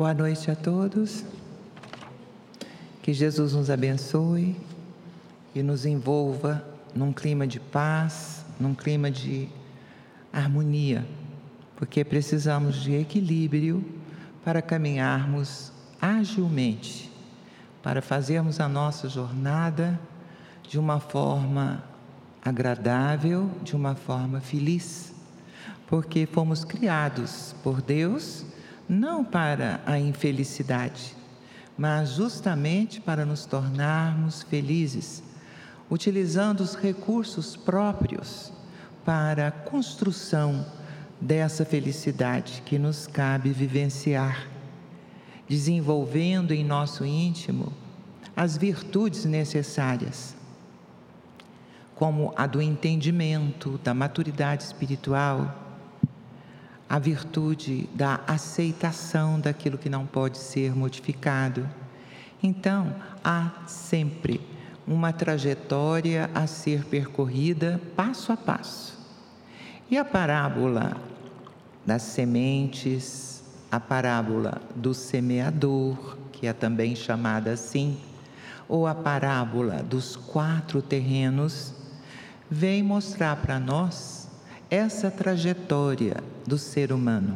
Boa noite a todos. Que Jesus nos abençoe e nos envolva num clima de paz, num clima de harmonia, porque precisamos de equilíbrio para caminharmos agilmente, para fazermos a nossa jornada de uma forma agradável, de uma forma feliz, porque fomos criados por Deus não para a infelicidade, mas justamente para nos tornarmos felizes, utilizando os recursos próprios para a construção dessa felicidade que nos cabe vivenciar, desenvolvendo em nosso íntimo as virtudes necessárias, como a do entendimento, da maturidade espiritual, a virtude da aceitação daquilo que não pode ser modificado. Então, há sempre uma trajetória a ser percorrida passo a passo. E a parábola das sementes, a parábola do semeador, que é também chamada assim, ou a parábola dos 4 terrenos, vem mostrar para nós essa trajetória do ser humano.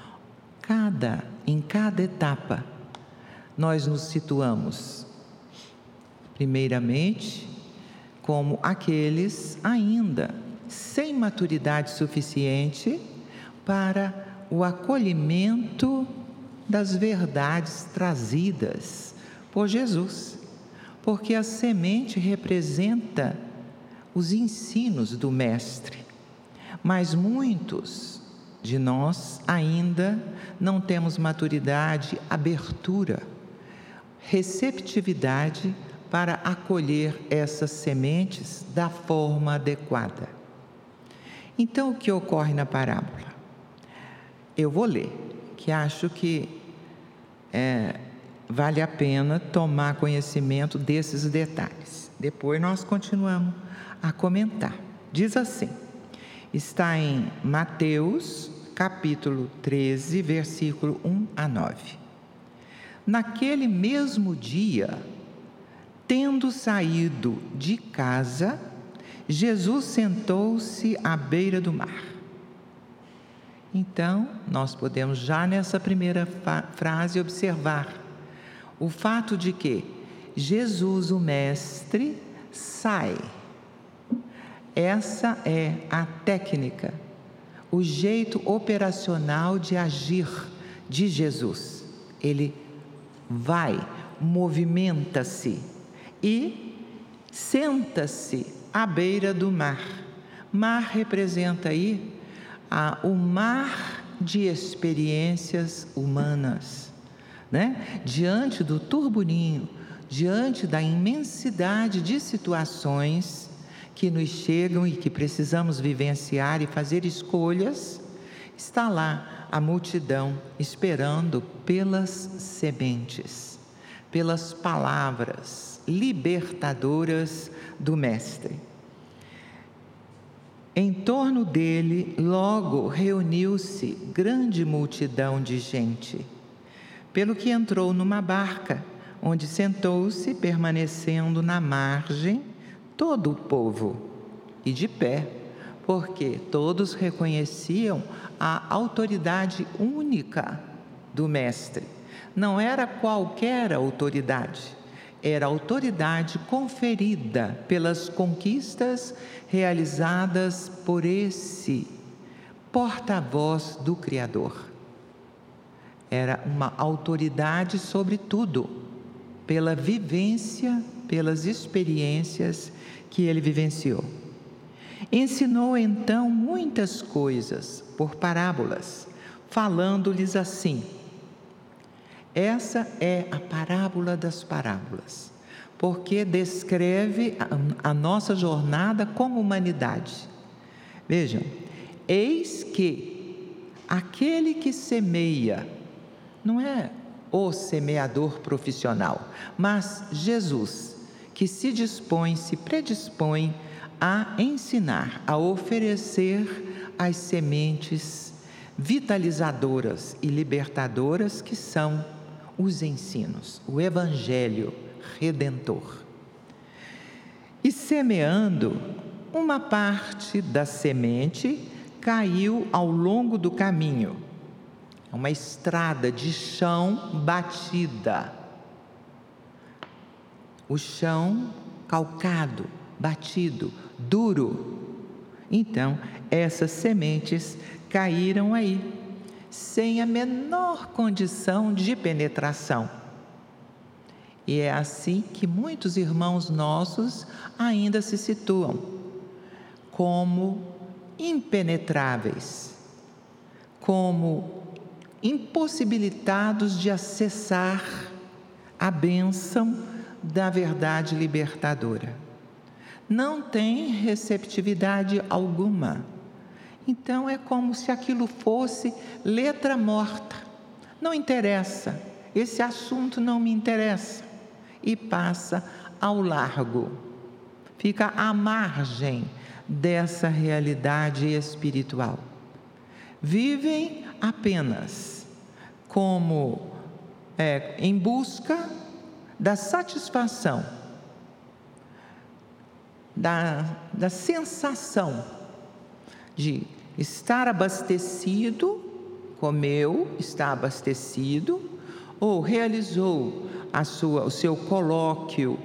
Em cada etapa, nós nos situamos, primeiramente, como aqueles ainda sem maturidade suficiente para o acolhimento das verdades trazidas por Jesus, porque a semente representa os ensinos do Mestre. Mas muitos de nós ainda não temos maturidade, abertura, receptividade para acolher essas sementes da forma adequada. Então, o que ocorre na parábola? Eu vou ler, que acho que vale a pena tomar conhecimento desses detalhes. Depois nós continuamos a comentar. Diz assim: está em Mateus, capítulo 13, versículo 1 a 9. Naquele mesmo dia, tendo saído de casa, Jesus sentou-se à beira do mar. Então, nós podemos já nessa primeira frase observar o fato de que Jesus, o Mestre, sai. Essa é a técnica, o jeito operacional de agir de Jesus. Ele vai, movimenta-se e senta-se à beira do mar. Mar representa aí o mar de experiências humanas, né? Diante do turbulinho, diante da imensidade de situações que nos chegam e que precisamos vivenciar e fazer escolhas, está lá a multidão esperando pelas sementes, pelas palavras libertadoras do Mestre. Em torno dele, logo reuniu-se grande multidão de gente, pelo que entrou numa barca, onde sentou-se, permanecendo na margem, todo o povo, e de pé, porque todos reconheciam a autoridade única do Mestre. Não era qualquer autoridade, era a autoridade conferida pelas conquistas realizadas por esse porta-voz do Criador. Era uma autoridade sobre tudo, pela vivência, pelas experiências que ele vivenciou. Ensinou então muitas coisas por parábolas, falando-lhes assim. Essa é a parábola das parábolas, porque descreve a nossa jornada como humanidade. Vejam, eis que aquele que semeia, não é o semeador profissional, mas Jesus, que se predispõe a ensinar, a oferecer as sementes vitalizadoras e libertadoras que são os ensinos, o Evangelho redentor. E semeando, uma parte da semente caiu ao longo do caminho, uma estrada de chão batida, o chão calcado, batido, duro. Então, essas sementes caíram aí, sem a menor condição de penetração. E é assim que muitos irmãos nossos ainda se situam, como impenetráveis, como impossibilitados de acessar a bênção da verdade libertadora. Não tem receptividade alguma. Então é como se aquilo fosse letra morta. Não interessa, esse assunto não me interessa. E passa ao largo, fica à margem dessa realidade espiritual. Vivem apenas como em busca da satisfação, da sensação de estar abastecido, comeu, está abastecido, ou realizou o seu colóquio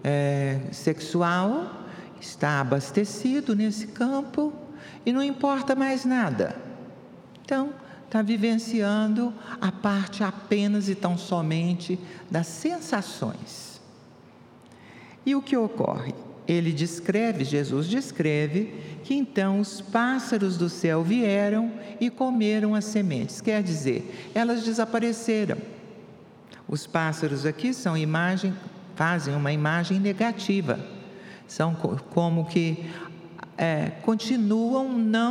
sexual, está abastecido nesse campo e não importa mais nada. Então, está vivenciando a parte apenas e tão somente das sensações. E o que ocorre? Jesus descreve que então os pássaros do céu vieram e comeram as sementes. Quer dizer, elas desapareceram. Os pássaros aqui fazem uma imagem negativa. São como que continuam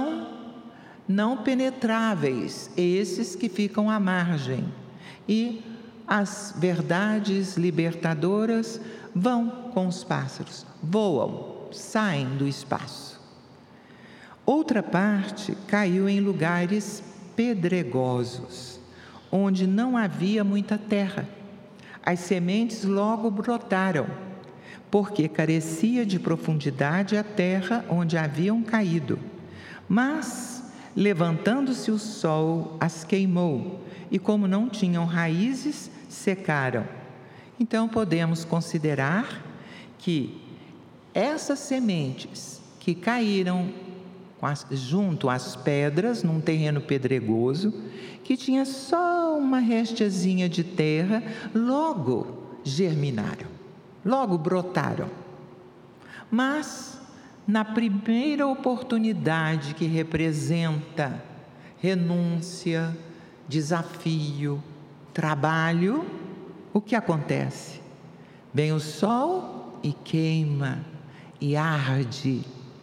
não penetráveis, esses que ficam à margem. E as verdades libertadoras vão com os pássaros, voam, saem do espaço. Outra parte caiu em lugares pedregosos, onde não havia muita terra. As sementes logo brotaram, porque carecia de profundidade a terra onde haviam caído. Mas, levantando-se o sol, as queimou, e como não tinham raízes, secaram. Então, podemos considerar que essas sementes que caíram junto às pedras, num terreno pedregoso, que tinha só uma restezinha de terra, logo germinaram, logo brotaram. Mas, na primeira oportunidade que representa renúncia, desafio, trabalho, o que acontece? Vem o sol e queima, e arde,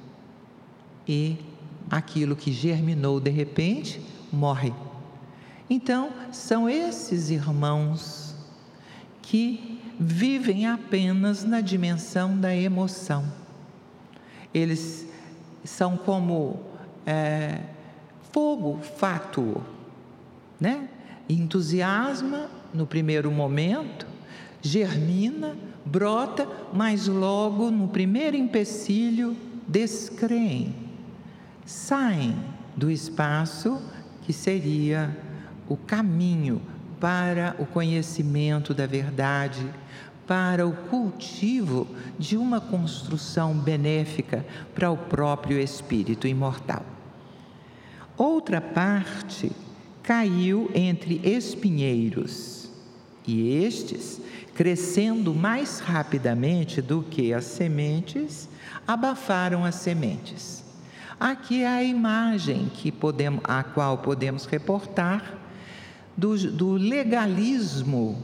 e aquilo que germinou de repente morre. Então, são esses irmãos que vivem apenas na dimensão da emoção. Eles são como fogo fátuo, né? Entusiasma no primeiro momento, germina, brota, mas logo no primeiro empecilho descreem, saem do espaço que seria o caminho para o conhecimento da verdade, para o cultivo de uma construção benéfica para o próprio espírito imortal. Outra parte caiu entre espinheiros, e estes, crescendo mais rapidamente do que as sementes, abafaram as sementes. Aqui é a imagem a qual podemos reportar do legalismo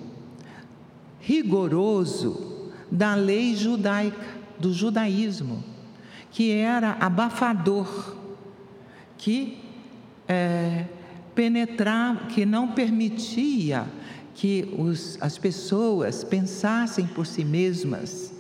rigoroso da lei judaica, do judaísmo, que era abafador, que penetrava, que não permitia que as pessoas pensassem por si mesmas,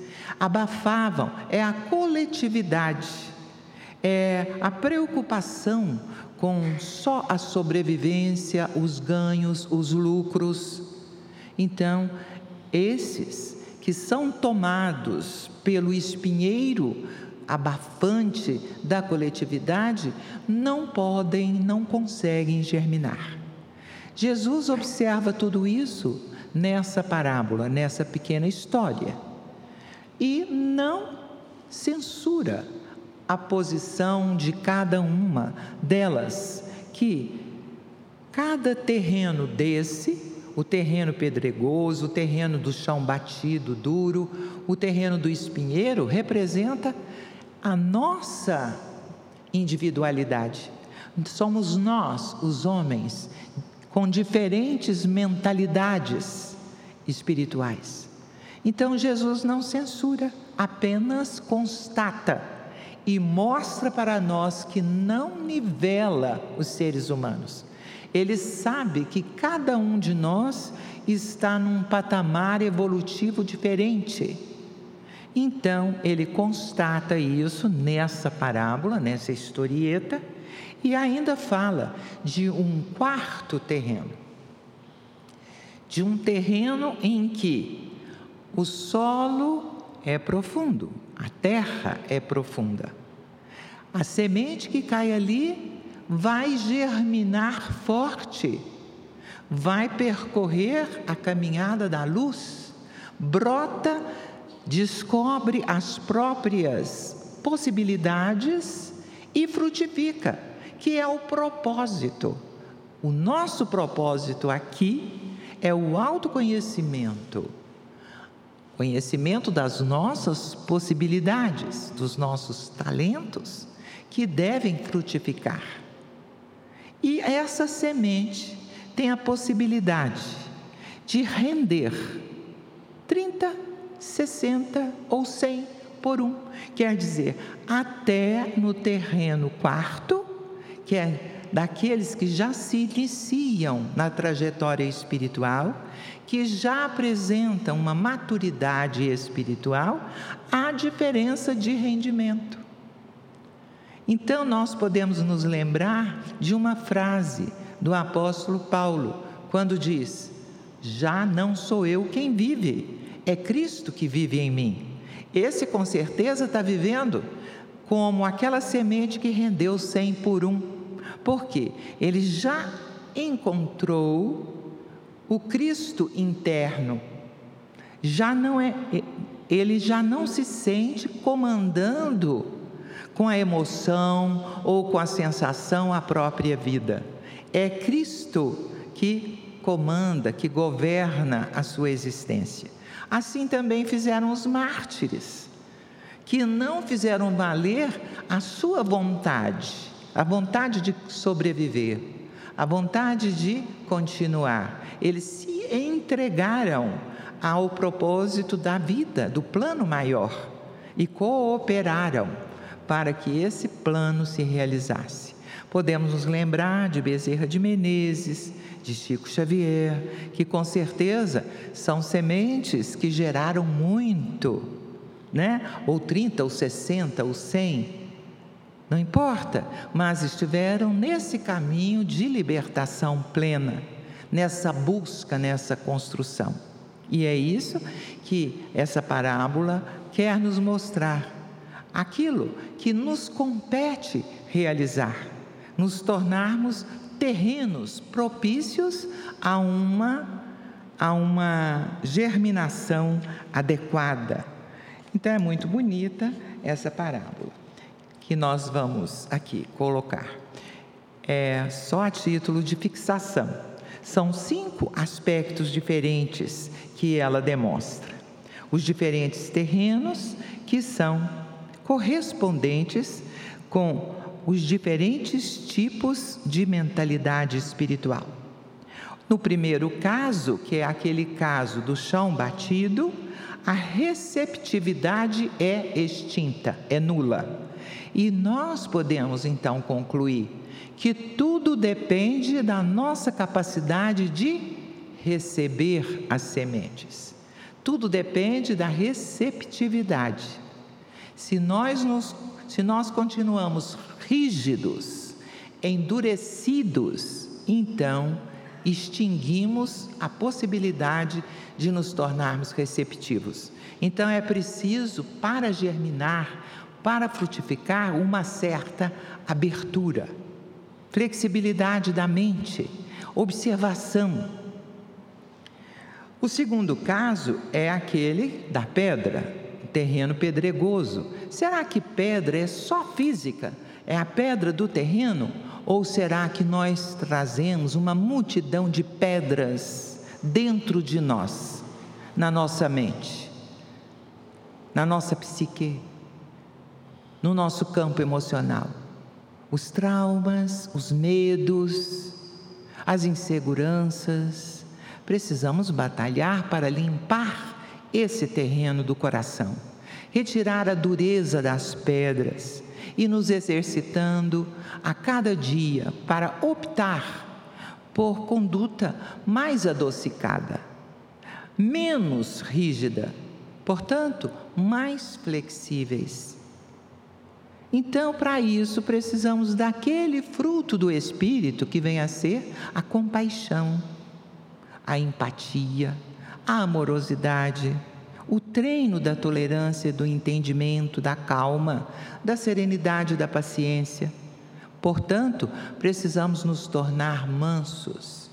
abafavam, é a coletividade, é a preocupação com só a sobrevivência, os ganhos, os lucros. Então, esses que são tomados pelo espinheiro abafante da coletividade não podem, não conseguem germinar. Jesus observa tudo isso nessa parábola, nessa pequena história, e não censura a posição de cada uma delas, que cada terreno desse, o terreno pedregoso, o terreno do chão batido, duro, o terreno do espinheiro, representa a nossa individualidade. Somos nós, os homens, com diferentes mentalidades espirituais. Então Jesus não censura, apenas constata e mostra para nós que não nivela os seres humanos. Ele sabe que cada um de nós está num patamar evolutivo diferente. Então, ele constata isso nessa parábola, nessa historieta, e ainda fala de um quarto terreno. De um terreno em que o solo é profundo, a terra é profunda. A semente que cai ali vai germinar forte, vai percorrer a caminhada da luz, brota, descobre as próprias possibilidades e frutifica, que é o propósito. O nosso propósito aqui é o autoconhecimento, conhecimento das nossas possibilidades, dos nossos talentos, que devem frutificar. E essa semente tem a possibilidade de render 30, 60 ou 100 por um. Quer dizer, até no terreno quarto, que é daqueles que já se iniciam na trajetória espiritual, que já apresentam uma maturidade espiritual, há diferença de rendimento. Então, nós podemos nos lembrar de uma frase do apóstolo Paulo, quando diz: já não sou eu quem vive, é Cristo que vive em mim. Esse, com certeza, está vivendo como aquela semente que rendeu 100 por um, porque ele já encontrou o Cristo interno, ele já não se sente comandando com a emoção ou com a sensação a própria vida. É Cristo que comanda, que governa a sua existência. Assim também fizeram os mártires, que não fizeram valer a sua vontade, a vontade de sobreviver, a vontade de continuar. Eles se entregaram ao propósito da vida, do plano maior, e cooperaram para que esse plano se realizasse. Podemos nos lembrar de Bezerra de Menezes, de Chico Xavier, que com certeza são sementes que geraram muito, né? Ou 30, ou 60, ou 100, não importa, mas estiveram nesse caminho de libertação plena, nessa busca, nessa construção. E é isso que essa parábola quer nos mostrar. Aquilo que nos compete realizar, nos tornarmos terrenos propícios a uma germinação adequada. Então é muito bonita essa parábola que nós vamos aqui colocar. É só a título de fixação. São 5 aspectos diferentes que ela demonstra. Os diferentes terrenos que são correspondentes com os diferentes tipos de mentalidade espiritual. No primeiro caso, que é aquele caso do chão batido, a receptividade é extinta, é nula. E nós podemos então concluir que tudo depende da nossa capacidade de receber as sementes. Tudo depende da receptividade. Se nós continuamos rígidos endurecidos, então extinguimos a possibilidade de nos tornarmos receptivos. Então é preciso, para germinar, para frutificar, uma certa abertura, flexibilidade da mente, observação. O segundo caso é aquele da pedra, terreno pedregoso. Será que pedra é só física? É a pedra do terreno? Ou será que nós trazemos uma multidão de pedras dentro de nós, na nossa mente, na nossa psique, no nosso campo emocional? Os traumas, os medos, as inseguranças. Precisamos batalhar para limpar esse terreno do coração, retirar a dureza das pedras e nos exercitando a cada dia para optar por conduta mais adocicada, menos rígida, portanto, mais flexíveis. Então, para isso, precisamos daquele fruto do Espírito que vem a ser a compaixão, a empatia, a amorosidade, o treino da tolerância, do entendimento, da calma, da serenidade, da paciência. Portanto, precisamos nos tornar mansos.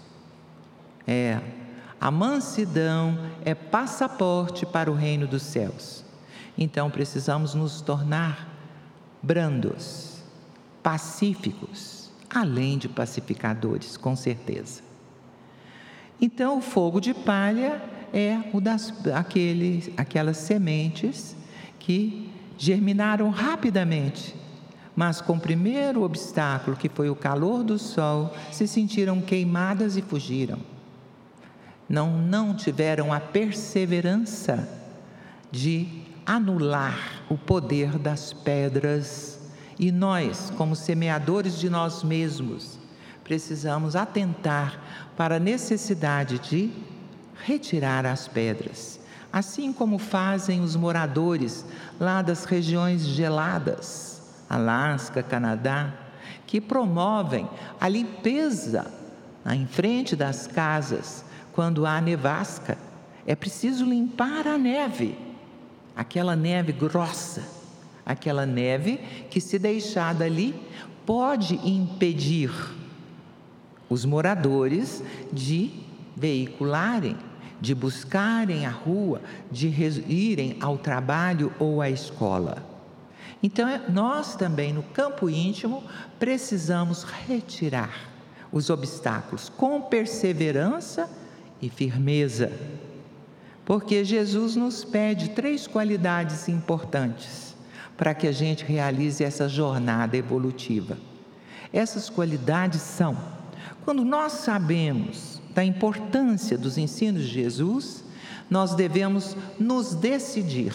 A mansidão é passaporte para o reino dos céus. Então, precisamos nos tornar brandos, pacíficos, além de pacificadores, com certeza. Então, o fogo de palha é aquelas sementes que germinaram rapidamente, mas com o primeiro obstáculo, que foi o calor do sol, se sentiram queimadas e fugiram. Não tiveram a perseverança de anular o poder das pedras. E nós, como semeadores de nós mesmos, precisamos atentar para a necessidade de retirar as pedras, assim como fazem os moradores lá das regiões geladas, Alasca, Canadá, que promovem a limpeza em frente das casas. Quando há nevasca, é preciso limpar a neve, aquela neve grossa, aquela neve que, se deixada ali, pode impedir os moradores de veicularem, de buscarem a rua, de irem ao trabalho ou à escola. Então, nós também, no campo íntimo, precisamos retirar os obstáculos com perseverança e firmeza, porque Jesus nos pede 3 qualidades importantes para que a gente realize essa jornada evolutiva. Essas qualidades são: quando nós sabemos da importância dos ensinos de Jesus, nós devemos nos decidir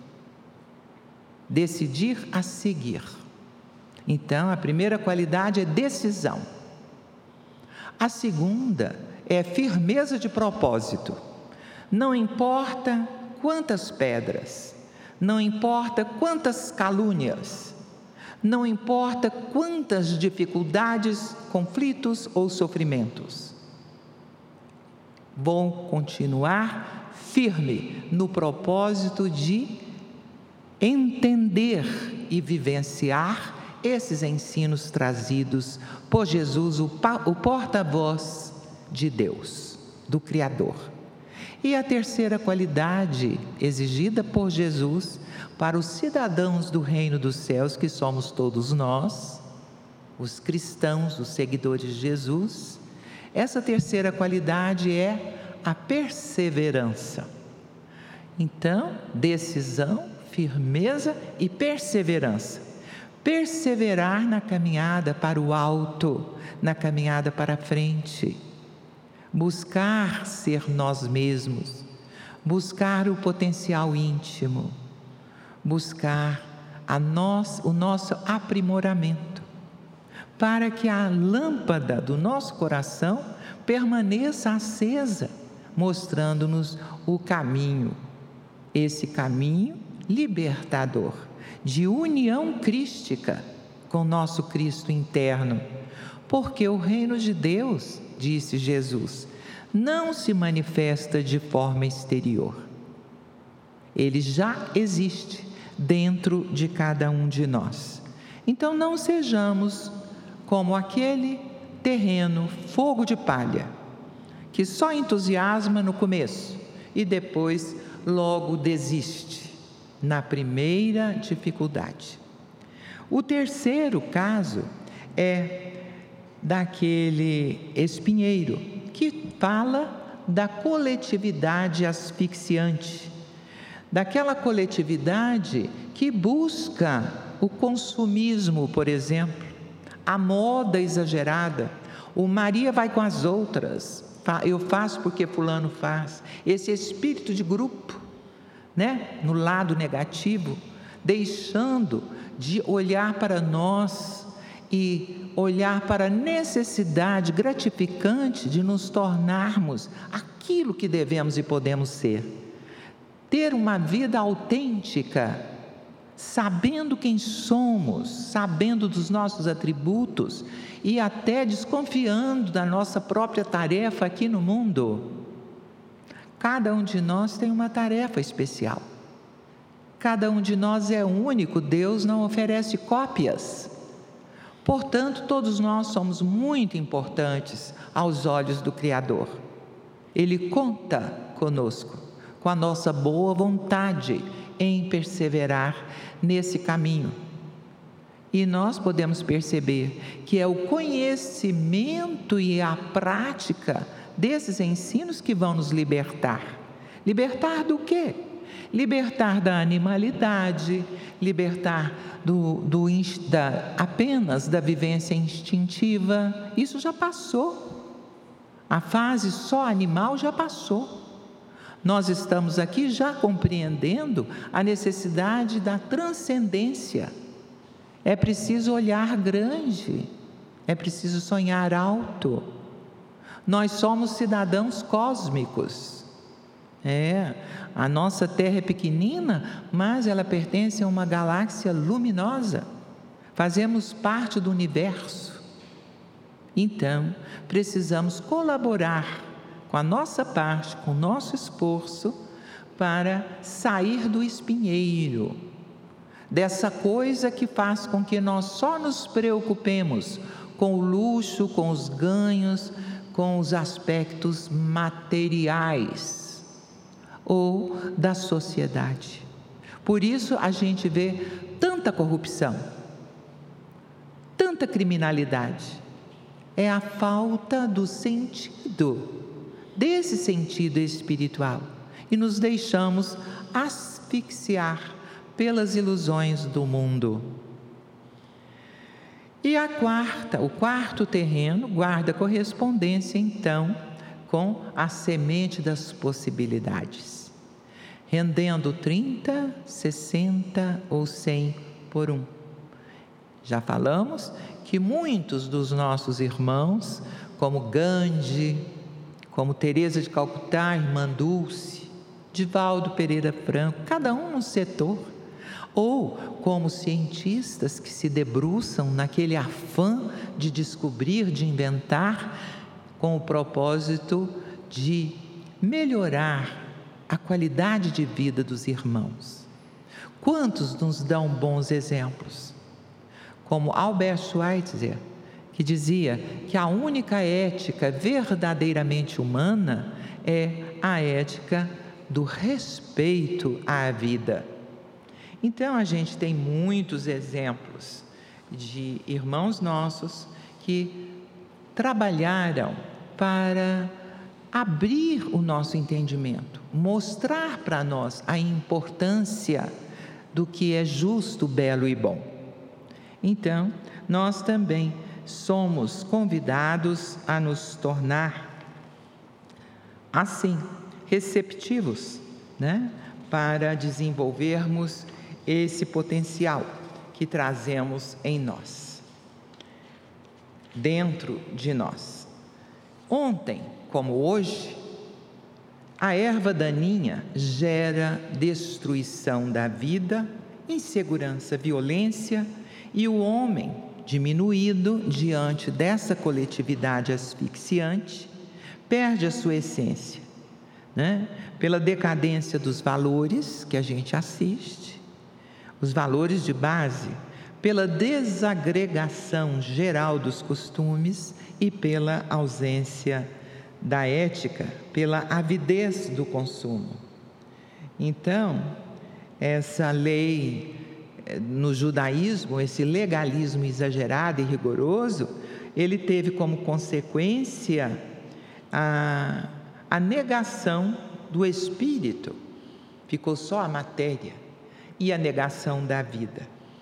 a seguir. Então, a primeira qualidade é decisão. A segunda é firmeza de propósito. Não importa quantas pedras, não importa quantas calúnias, não importa quantas dificuldades, conflitos ou sofrimentos, vou continuar firme no propósito de entender e vivenciar esses ensinos trazidos por Jesus, o porta-voz de Deus, do Criador. E a terceira qualidade exigida por Jesus para os cidadãos do reino dos céus, que somos todos nós, os cristãos, os seguidores de Jesus, essa terceira qualidade é a perseverança. Então, decisão, firmeza e perseverança. Perseverar na caminhada para o alto, na caminhada para a frente. Buscar ser nós mesmos, buscar o potencial íntimo, buscar o nosso aprimoramento, para que a lâmpada do nosso coração permaneça acesa, mostrando-nos o caminho, esse caminho libertador, de união crística com o nosso Cristo interno. Porque o reino de Deus, disse Jesus, não se manifesta de forma exterior. Ele já existe dentro de cada um de nós. Então não sejamos como aquele terreno, fogo de palha, que só entusiasma no começo e depois logo desiste na primeira dificuldade. O terceiro caso é daquele espinheiro que fala da coletividade asfixiante, daquela coletividade que busca o consumismo, por exemplo, a moda exagerada, o Maria vai com as outras, eu faço porque fulano faz, esse espírito de grupo, né? No lado negativo, deixando de olhar para nós e olhar para a necessidade gratificante de nos tornarmos aquilo que devemos e podemos ser. Ter uma vida autêntica, sabendo quem somos, sabendo dos nossos atributos e até desconfiando da nossa própria tarefa aqui no mundo. Cada um de nós tem uma tarefa especial. Cada um de nós é único, Deus não oferece cópias. Portanto, todos nós somos muito importantes aos olhos do Criador. Ele conta conosco, com a nossa boa vontade em perseverar nesse caminho. E nós podemos perceber que é o conhecimento e a prática desses ensinos que vão nos libertar. Libertar do quê? Libertar da animalidade, libertar apenas da vivência instintiva. Isso já passou. A fase só animal já passou. Nós estamos aqui já compreendendo a necessidade da transcendência. É preciso olhar grande, é preciso sonhar alto. Nós somos cidadãos cósmicos. A nossa Terra é pequenina, mas ela pertence a uma galáxia luminosa. Fazemos parte do universo. Então, precisamos colaborar com a nossa parte, com o nosso esforço, para sair do espinheiro, dessa coisa que faz com que nós só nos preocupemos com o luxo, com os ganhos, com os aspectos materiais ou da sociedade. Por isso a gente vê tanta corrupção, tanta criminalidade. É a falta do sentido, desse sentido espiritual, e nos deixamos asfixiar pelas ilusões do mundo. E o quarto terreno guarda correspondência então com a semente das possibilidades, rendendo 30, 60 ou 100 por um. Já falamos que muitos dos nossos irmãos, como Gandhi, como Teresa de Calcutá, Irmã Dulce, Divaldo Pereira Franco, cada um no setor, ou como cientistas que se debruçam naquele afã de descobrir, de inventar, com o propósito de melhorar a qualidade de vida dos irmãos. Quantos nos dão bons exemplos? Como Albert Schweitzer, que dizia que a única ética verdadeiramente humana é a ética do respeito à vida. Então a gente tem muitos exemplos de irmãos nossos que trabalharam para abrir o nosso entendimento, mostrar para nós a importância do que é justo, belo e bom. Então, nós também somos convidados a nos tornar assim, receptivos, né? Para desenvolvermos esse potencial que trazemos em nós, dentro de nós. Ontem, como hoje, a erva daninha gera destruição da vida, insegurança, violência E o homem, diminuído diante dessa coletividade asfixiante, perde a sua essência, né? Pela decadência dos valores que a gente assiste, os valores de base, pela desagregação geral dos costumes e pela ausência da ética, pela avidez do consumo. Então, essa lei no judaísmo, esse legalismo exagerado e rigoroso, ele teve como consequência a negação do espírito, ficou só a matéria, e a negação da vida.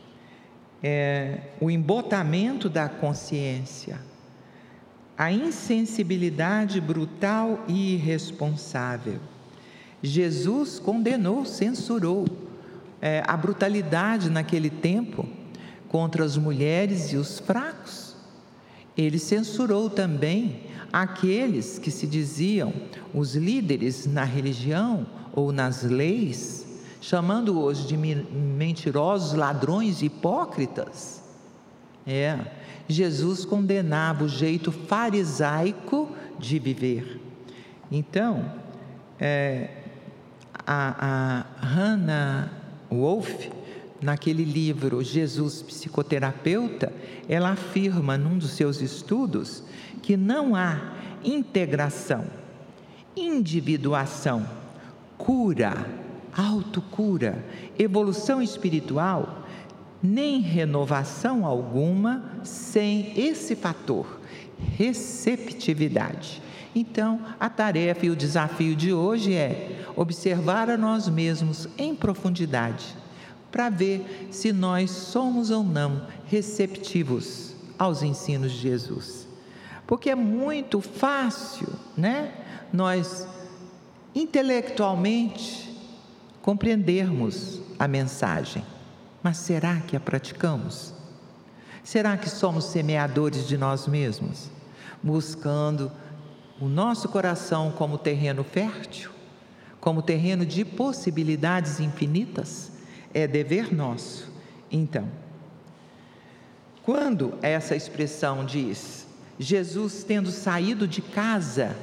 O embotamento da consciência, a insensibilidade brutal e irresponsável. Jesus condenou, censurou a brutalidade naquele tempo contra as mulheres e os fracos. Ele censurou também aqueles que se diziam os líderes na religião ou nas leis, chamando-os de mentirosos, ladrões, hipócritas. Jesus condenava o jeito farisaico de viver. Então, a Hannah Wolff, naquele livro Jesus Psicoterapeuta, ela afirma num dos seus estudos que não há integração, individuação, cura, autocura, evolução espiritual, nem renovação alguma sem esse fator, receptividade. Então, a tarefa e o desafio de hoje é observar a nós mesmos em profundidade, para ver se nós somos ou não receptivos aos ensinos de Jesus. Porque é muito fácil, né, nós intelectualmente compreendermos a mensagem, mas será que a praticamos? Será que somos semeadores de nós mesmos, buscando o nosso coração como terreno fértil, como terreno de possibilidades infinitas? É dever nosso. Então, quando essa expressão diz, Jesus tendo saído de casa,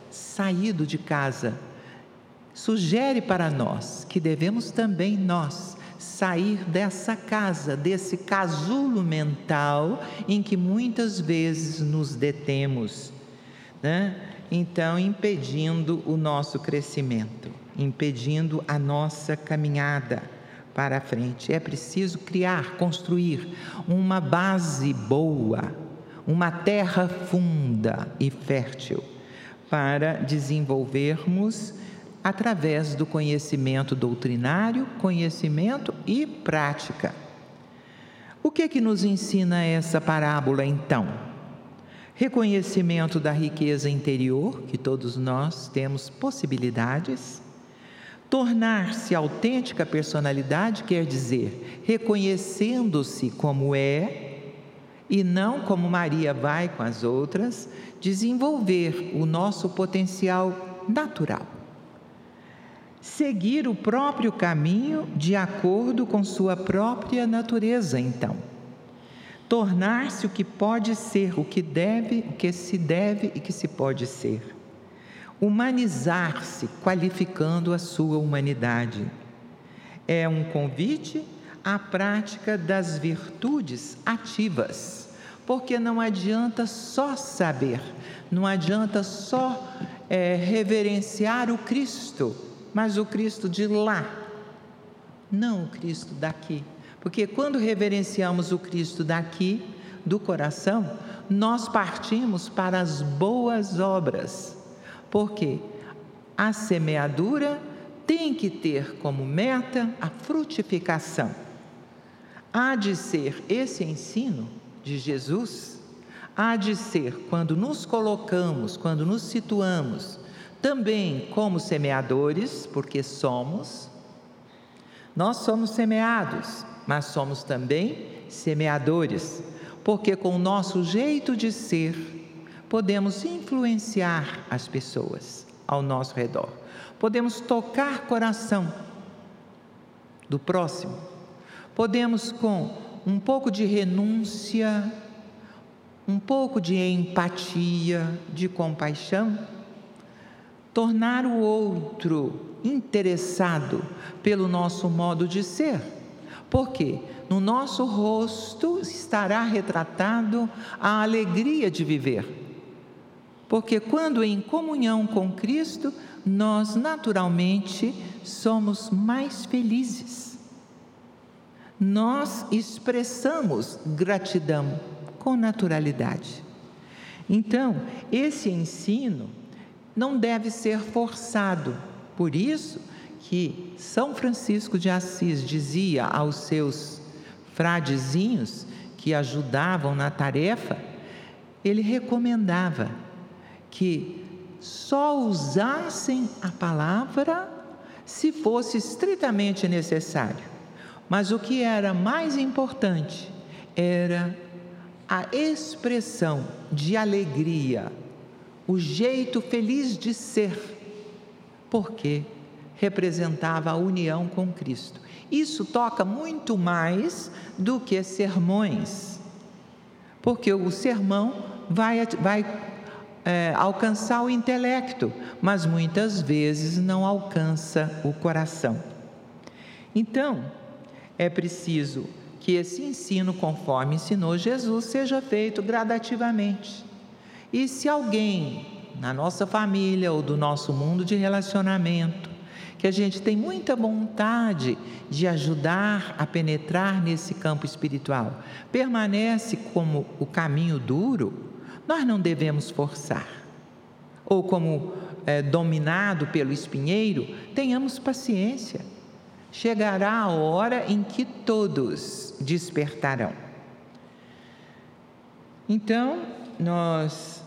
sugere para nós que devemos também nós sair dessa casa, desse casulo mental em que muitas vezes nos detemos, né? Então, impedindo o nosso crescimento, impedindo a nossa caminhada para a frente. É preciso criar, construir uma base boa, uma terra funda e fértil para desenvolvermos através do conhecimento doutrinário, conhecimento e prática. O que nos ensina essa parábola então? Reconhecimento da riqueza interior, que todos nós temos possibilidades. Tornar-se autêntica personalidade quer dizer reconhecendo-se como é e não como Maria vai com as outras, desenvolver o nosso potencial natural. Seguir o próprio caminho de acordo com sua própria natureza, então. Tornar-se o que pode ser, o que deve, o que se deve e que se pode ser. Humanizar-se, qualificando a sua humanidade. É um convite à prática das virtudes ativas, porque não adianta só saber, não adianta só reverenciar o Cristo, mas o Cristo de lá, não o Cristo daqui. Porque quando reverenciamos o Cristo daqui, do coração, nós partimos para as boas obras. Porque a semeadura tem que ter como meta a frutificação. Há de ser esse ensino de Jesus, há de ser quando nos colocamos, quando nos situamos, também como semeadores, porque nós somos semeados, mas somos também semeadores, porque com o nosso jeito de ser, podemos influenciar as pessoas ao nosso redor, podemos tocar o coração do próximo, podemos com um pouco de renúncia, um pouco de empatia, de compaixão, tornar o outro interessado pelo nosso modo de ser, porque no nosso rosto estará retratado a alegria de viver. Porque quando em comunhão com Cristo, nós naturalmente somos mais felizes. Nós expressamos gratidão com naturalidade. Então, esse ensino não deve ser forçado. Por isso que São Francisco de Assis dizia aos seus fradezinhos que ajudavam na tarefa, ele recomendava que só usassem a palavra se fosse estritamente necessário. Mas o que era mais importante era a expressão de alegria, o jeito feliz de ser, porque representava a união com Cristo. Isso toca muito mais do que sermões, porque o sermão vai alcançar o intelecto, mas muitas vezes não alcança o coração. Então, é preciso que esse ensino, conforme ensinou Jesus, seja feito gradativamente. E se alguém na nossa família ou do nosso mundo de relacionamento, que a gente tem muita vontade de ajudar a penetrar nesse campo espiritual, permanece como o caminho duro, nós não devemos forçar. Ou como dominado pelo espinheiro, tenhamos paciência. Chegará a hora em que todos despertarão. Então, nós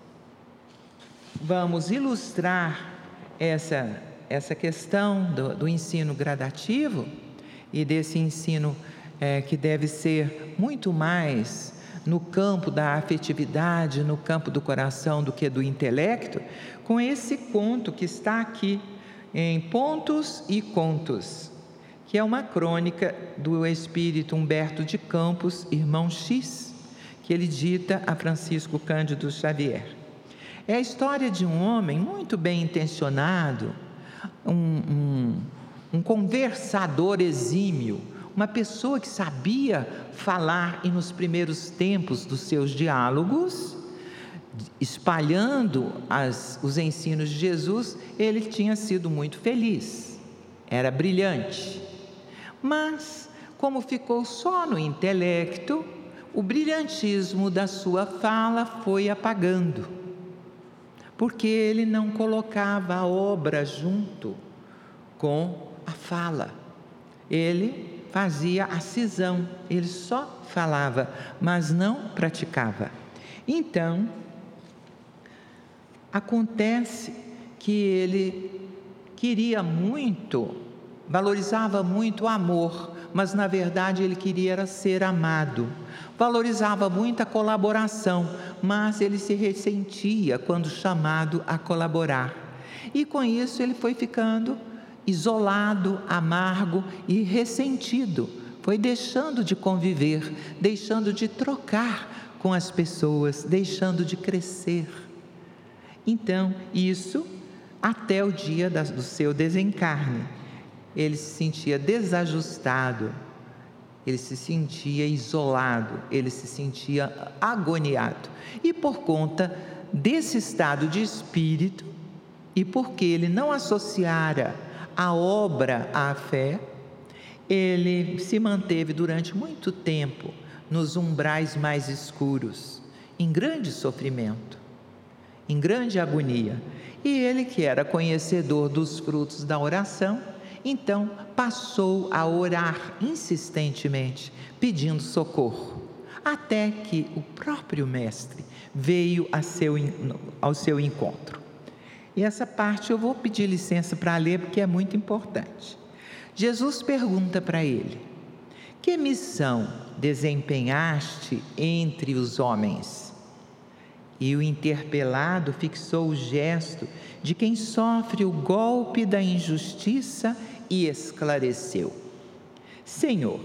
vamos ilustrar essa questão do ensino gradativo e desse ensino que deve ser muito mais no campo da afetividade, no campo do coração do que do intelecto, com esse conto que está aqui em Pontos e Contos, que é uma crônica do espírito Humberto de Campos, irmão X, que ele dita a Francisco Cândido Xavier. É a história de um homem muito bem intencionado, um conversador exímio, uma pessoa que sabia falar e nos primeiros tempos dos seus diálogos, espalhando os ensinos de Jesus, ele tinha sido muito feliz, era brilhante. Mas, como ficou só no intelecto, o brilhantismo da sua fala foi apagando, porque ele não colocava a obra junto com a fala. Ele fazia a cisão, ele só falava, mas não praticava. Então, acontece que ele queria muito, valorizava muito o amor, mas na verdade ele queria era ser amado. Valorizava muito a colaboração, mas ele se ressentia quando chamado a colaborar. E com isso ele foi ficando isolado, amargo e ressentido. Foi deixando de conviver, deixando de trocar com as pessoas, deixando de crescer. Então, isso até o dia do seu desencarne. Ele se sentia desajustado, ele se sentia isolado, ele se sentia agoniado. E por conta desse estado de espírito, e porque ele não associara a obra à fé, ele se manteve durante muito tempo nos umbrais mais escuros, em grande sofrimento, em grande agonia. E ele, que era conhecedor dos frutos da oração, então passou a orar insistentemente, pedindo socorro, até que o próprio Mestre veio ao seu encontro. E essa parte eu vou pedir licença para ler, porque é muito importante. Jesus pergunta para ele: que missão desempenhaste entre os homens? E o interpelado fixou o gesto de quem sofre o golpe da injustiça e esclareceu: Senhor,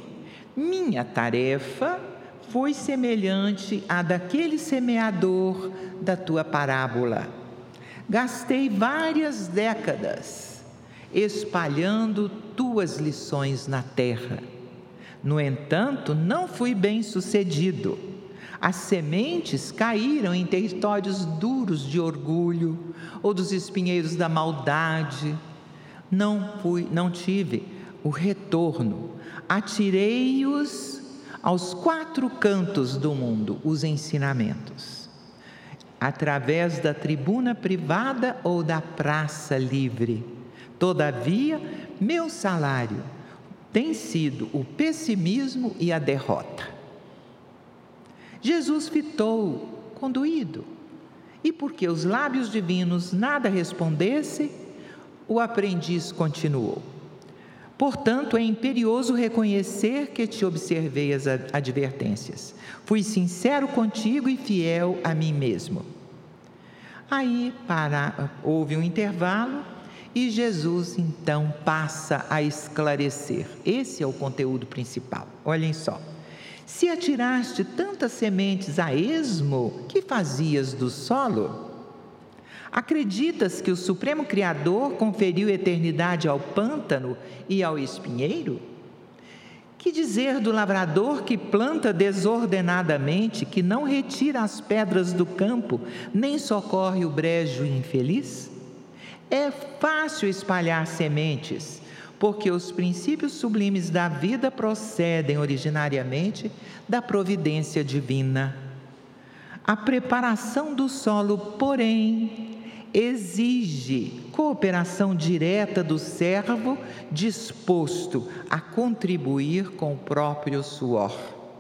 Minha tarefa foi semelhante à daquele semeador da tua parábola. Gastei várias décadas espalhando tuas lições na terra. No entanto, não fui bem-sucedido. As sementes caíram em territórios duros de orgulho ou dos espinheiros da maldade. Não tive o retorno. Atirei-os aos 4 cantos do mundo, os ensinamentos, através da tribuna privada ou da praça livre. Todavia, meu salário tem sido o pessimismo e a derrota. Jesus fitou, condoído, e porque os lábios divinos nada respondessem, o aprendiz continuou: portanto, é imperioso reconhecer que te observei as advertências. Fui sincero contigo e fiel a mim mesmo. Aí houve um intervalo e Jesus então passa a esclarecer. Esse é o conteúdo principal. Olhem só. Se atiraste tantas sementes a esmo, que fazias do solo? Acreditas que o Supremo Criador conferiu eternidade ao pântano e ao espinheiro? Que dizer do lavrador que planta desordenadamente, que não retira as pedras do campo, nem socorre o brejo infeliz? É fácil espalhar sementes, porque os princípios sublimes da vida procedem originariamente da providência divina. A preparação do solo, porém, exige cooperação direta do servo disposto a contribuir com o próprio suor.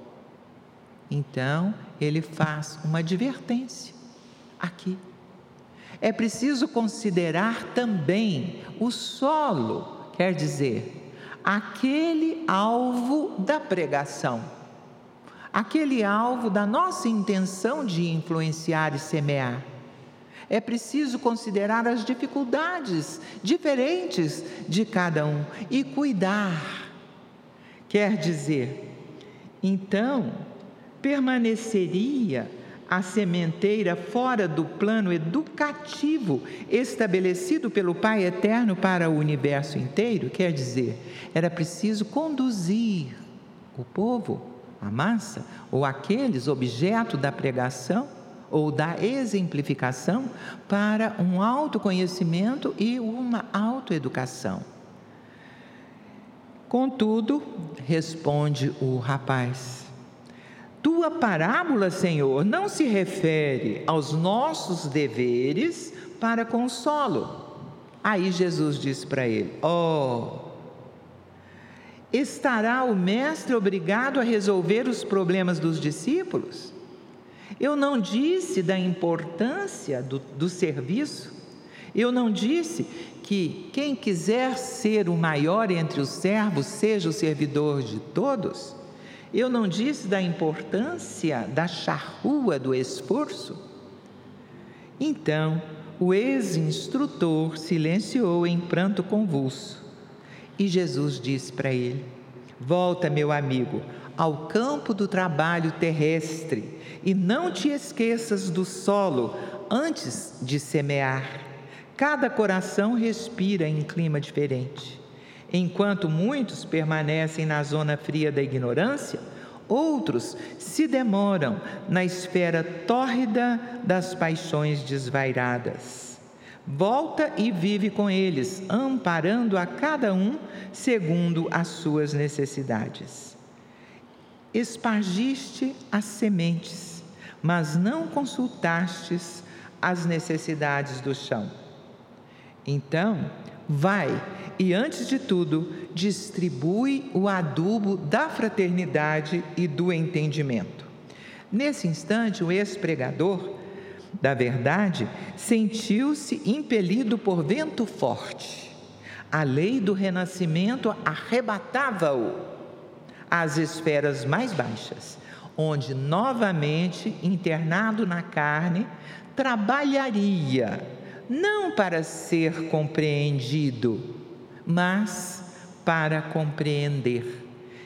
Então, ele faz uma advertência aqui. É preciso considerar também o solo, quer dizer, aquele alvo da pregação, aquele alvo da nossa intenção de influenciar e semear. É preciso considerar as dificuldades diferentes de cada um e cuidar. Quer dizer, então, permaneceria a sementeira fora do plano educativo estabelecido pelo Pai Eterno para o universo inteiro? Quer dizer, era preciso conduzir o povo, a massa, ou aqueles objeto da pregação ou da exemplificação para um autoconhecimento e uma autoeducação. Contudo, responde o rapaz: tua parábola, Senhor, não se refere aos nossos deveres para com o solo. Aí Jesus diz para ele: estará o mestre obrigado a resolver os problemas dos discípulos? Eu não disse da importância do serviço? Eu não disse que quem quiser ser o maior entre os servos seja o servidor de todos? Eu não disse da importância da charrua do esforço? Então, o ex-instrutor silenciou em pranto convulso. E Jesus disse para ele: volta, meu amigo, ao campo do trabalho terrestre e não te esqueças do solo antes de semear. Cada coração respira em clima diferente. Enquanto muitos permanecem na zona fria da ignorância, outros se demoram na esfera tórrida das paixões desvairadas. Volta e vive com eles, amparando a cada um segundo as suas necessidades. Espargiste as sementes, mas não consultastes as necessidades do chão. Então, vai e, antes de tudo, distribui o adubo da fraternidade e do entendimento. Nesse instante, o ex-pregador da verdade sentiu-se impelido por vento forte. A lei do renascimento arrebatava-o às esferas mais baixas, onde novamente, internado na carne, trabalharia, não para ser compreendido, mas para compreender.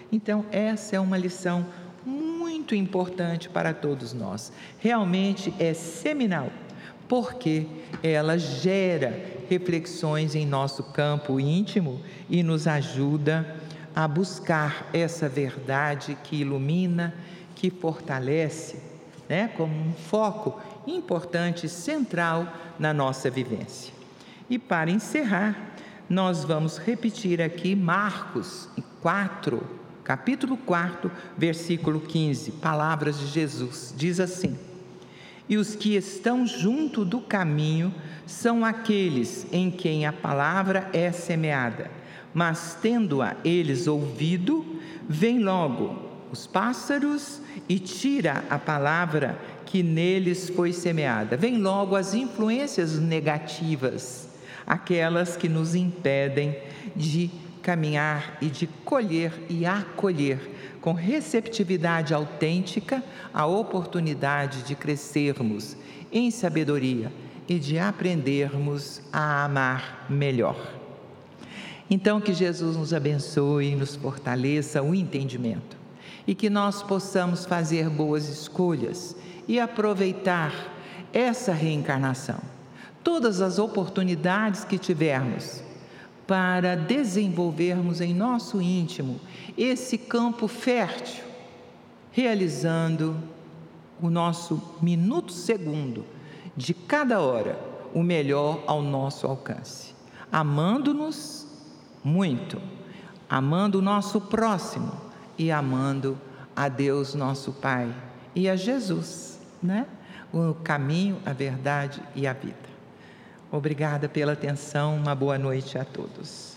Então, essa é uma lição muito importante para todos nós. Realmente é seminal, porque ela gera reflexões em nosso campo íntimo e nos ajuda a buscar essa verdade que ilumina, que fortalece, né, como um foco importante, central na nossa vivência. E para encerrar, nós vamos repetir aqui Marcos 4, capítulo 4, versículo 15, palavras de Jesus, diz assim: e os que estão junto do caminho são aqueles em quem a palavra é semeada, mas tendo-a eles ouvido, vêm logo os pássaros e tira a palavra que neles foi semeada. Vêm logo as influências negativas, aquelas que nos impedem de caminhar e de colher e acolher com receptividade autêntica a oportunidade de crescermos em sabedoria e de aprendermos a amar melhor. Então, que Jesus nos abençoe e nos fortaleça o entendimento e que nós possamos fazer boas escolhas e aproveitar essa reencarnação, todas as oportunidades que tivermos, para desenvolvermos em nosso íntimo esse campo fértil, realizando o nosso minuto-segundo de cada hora, o melhor ao nosso alcance, amando-nos muito, amando o nosso próximo e amando a Deus nosso Pai e a Jesus, né? O caminho, a verdade e a vida. Obrigada pela atenção, uma boa noite a todos.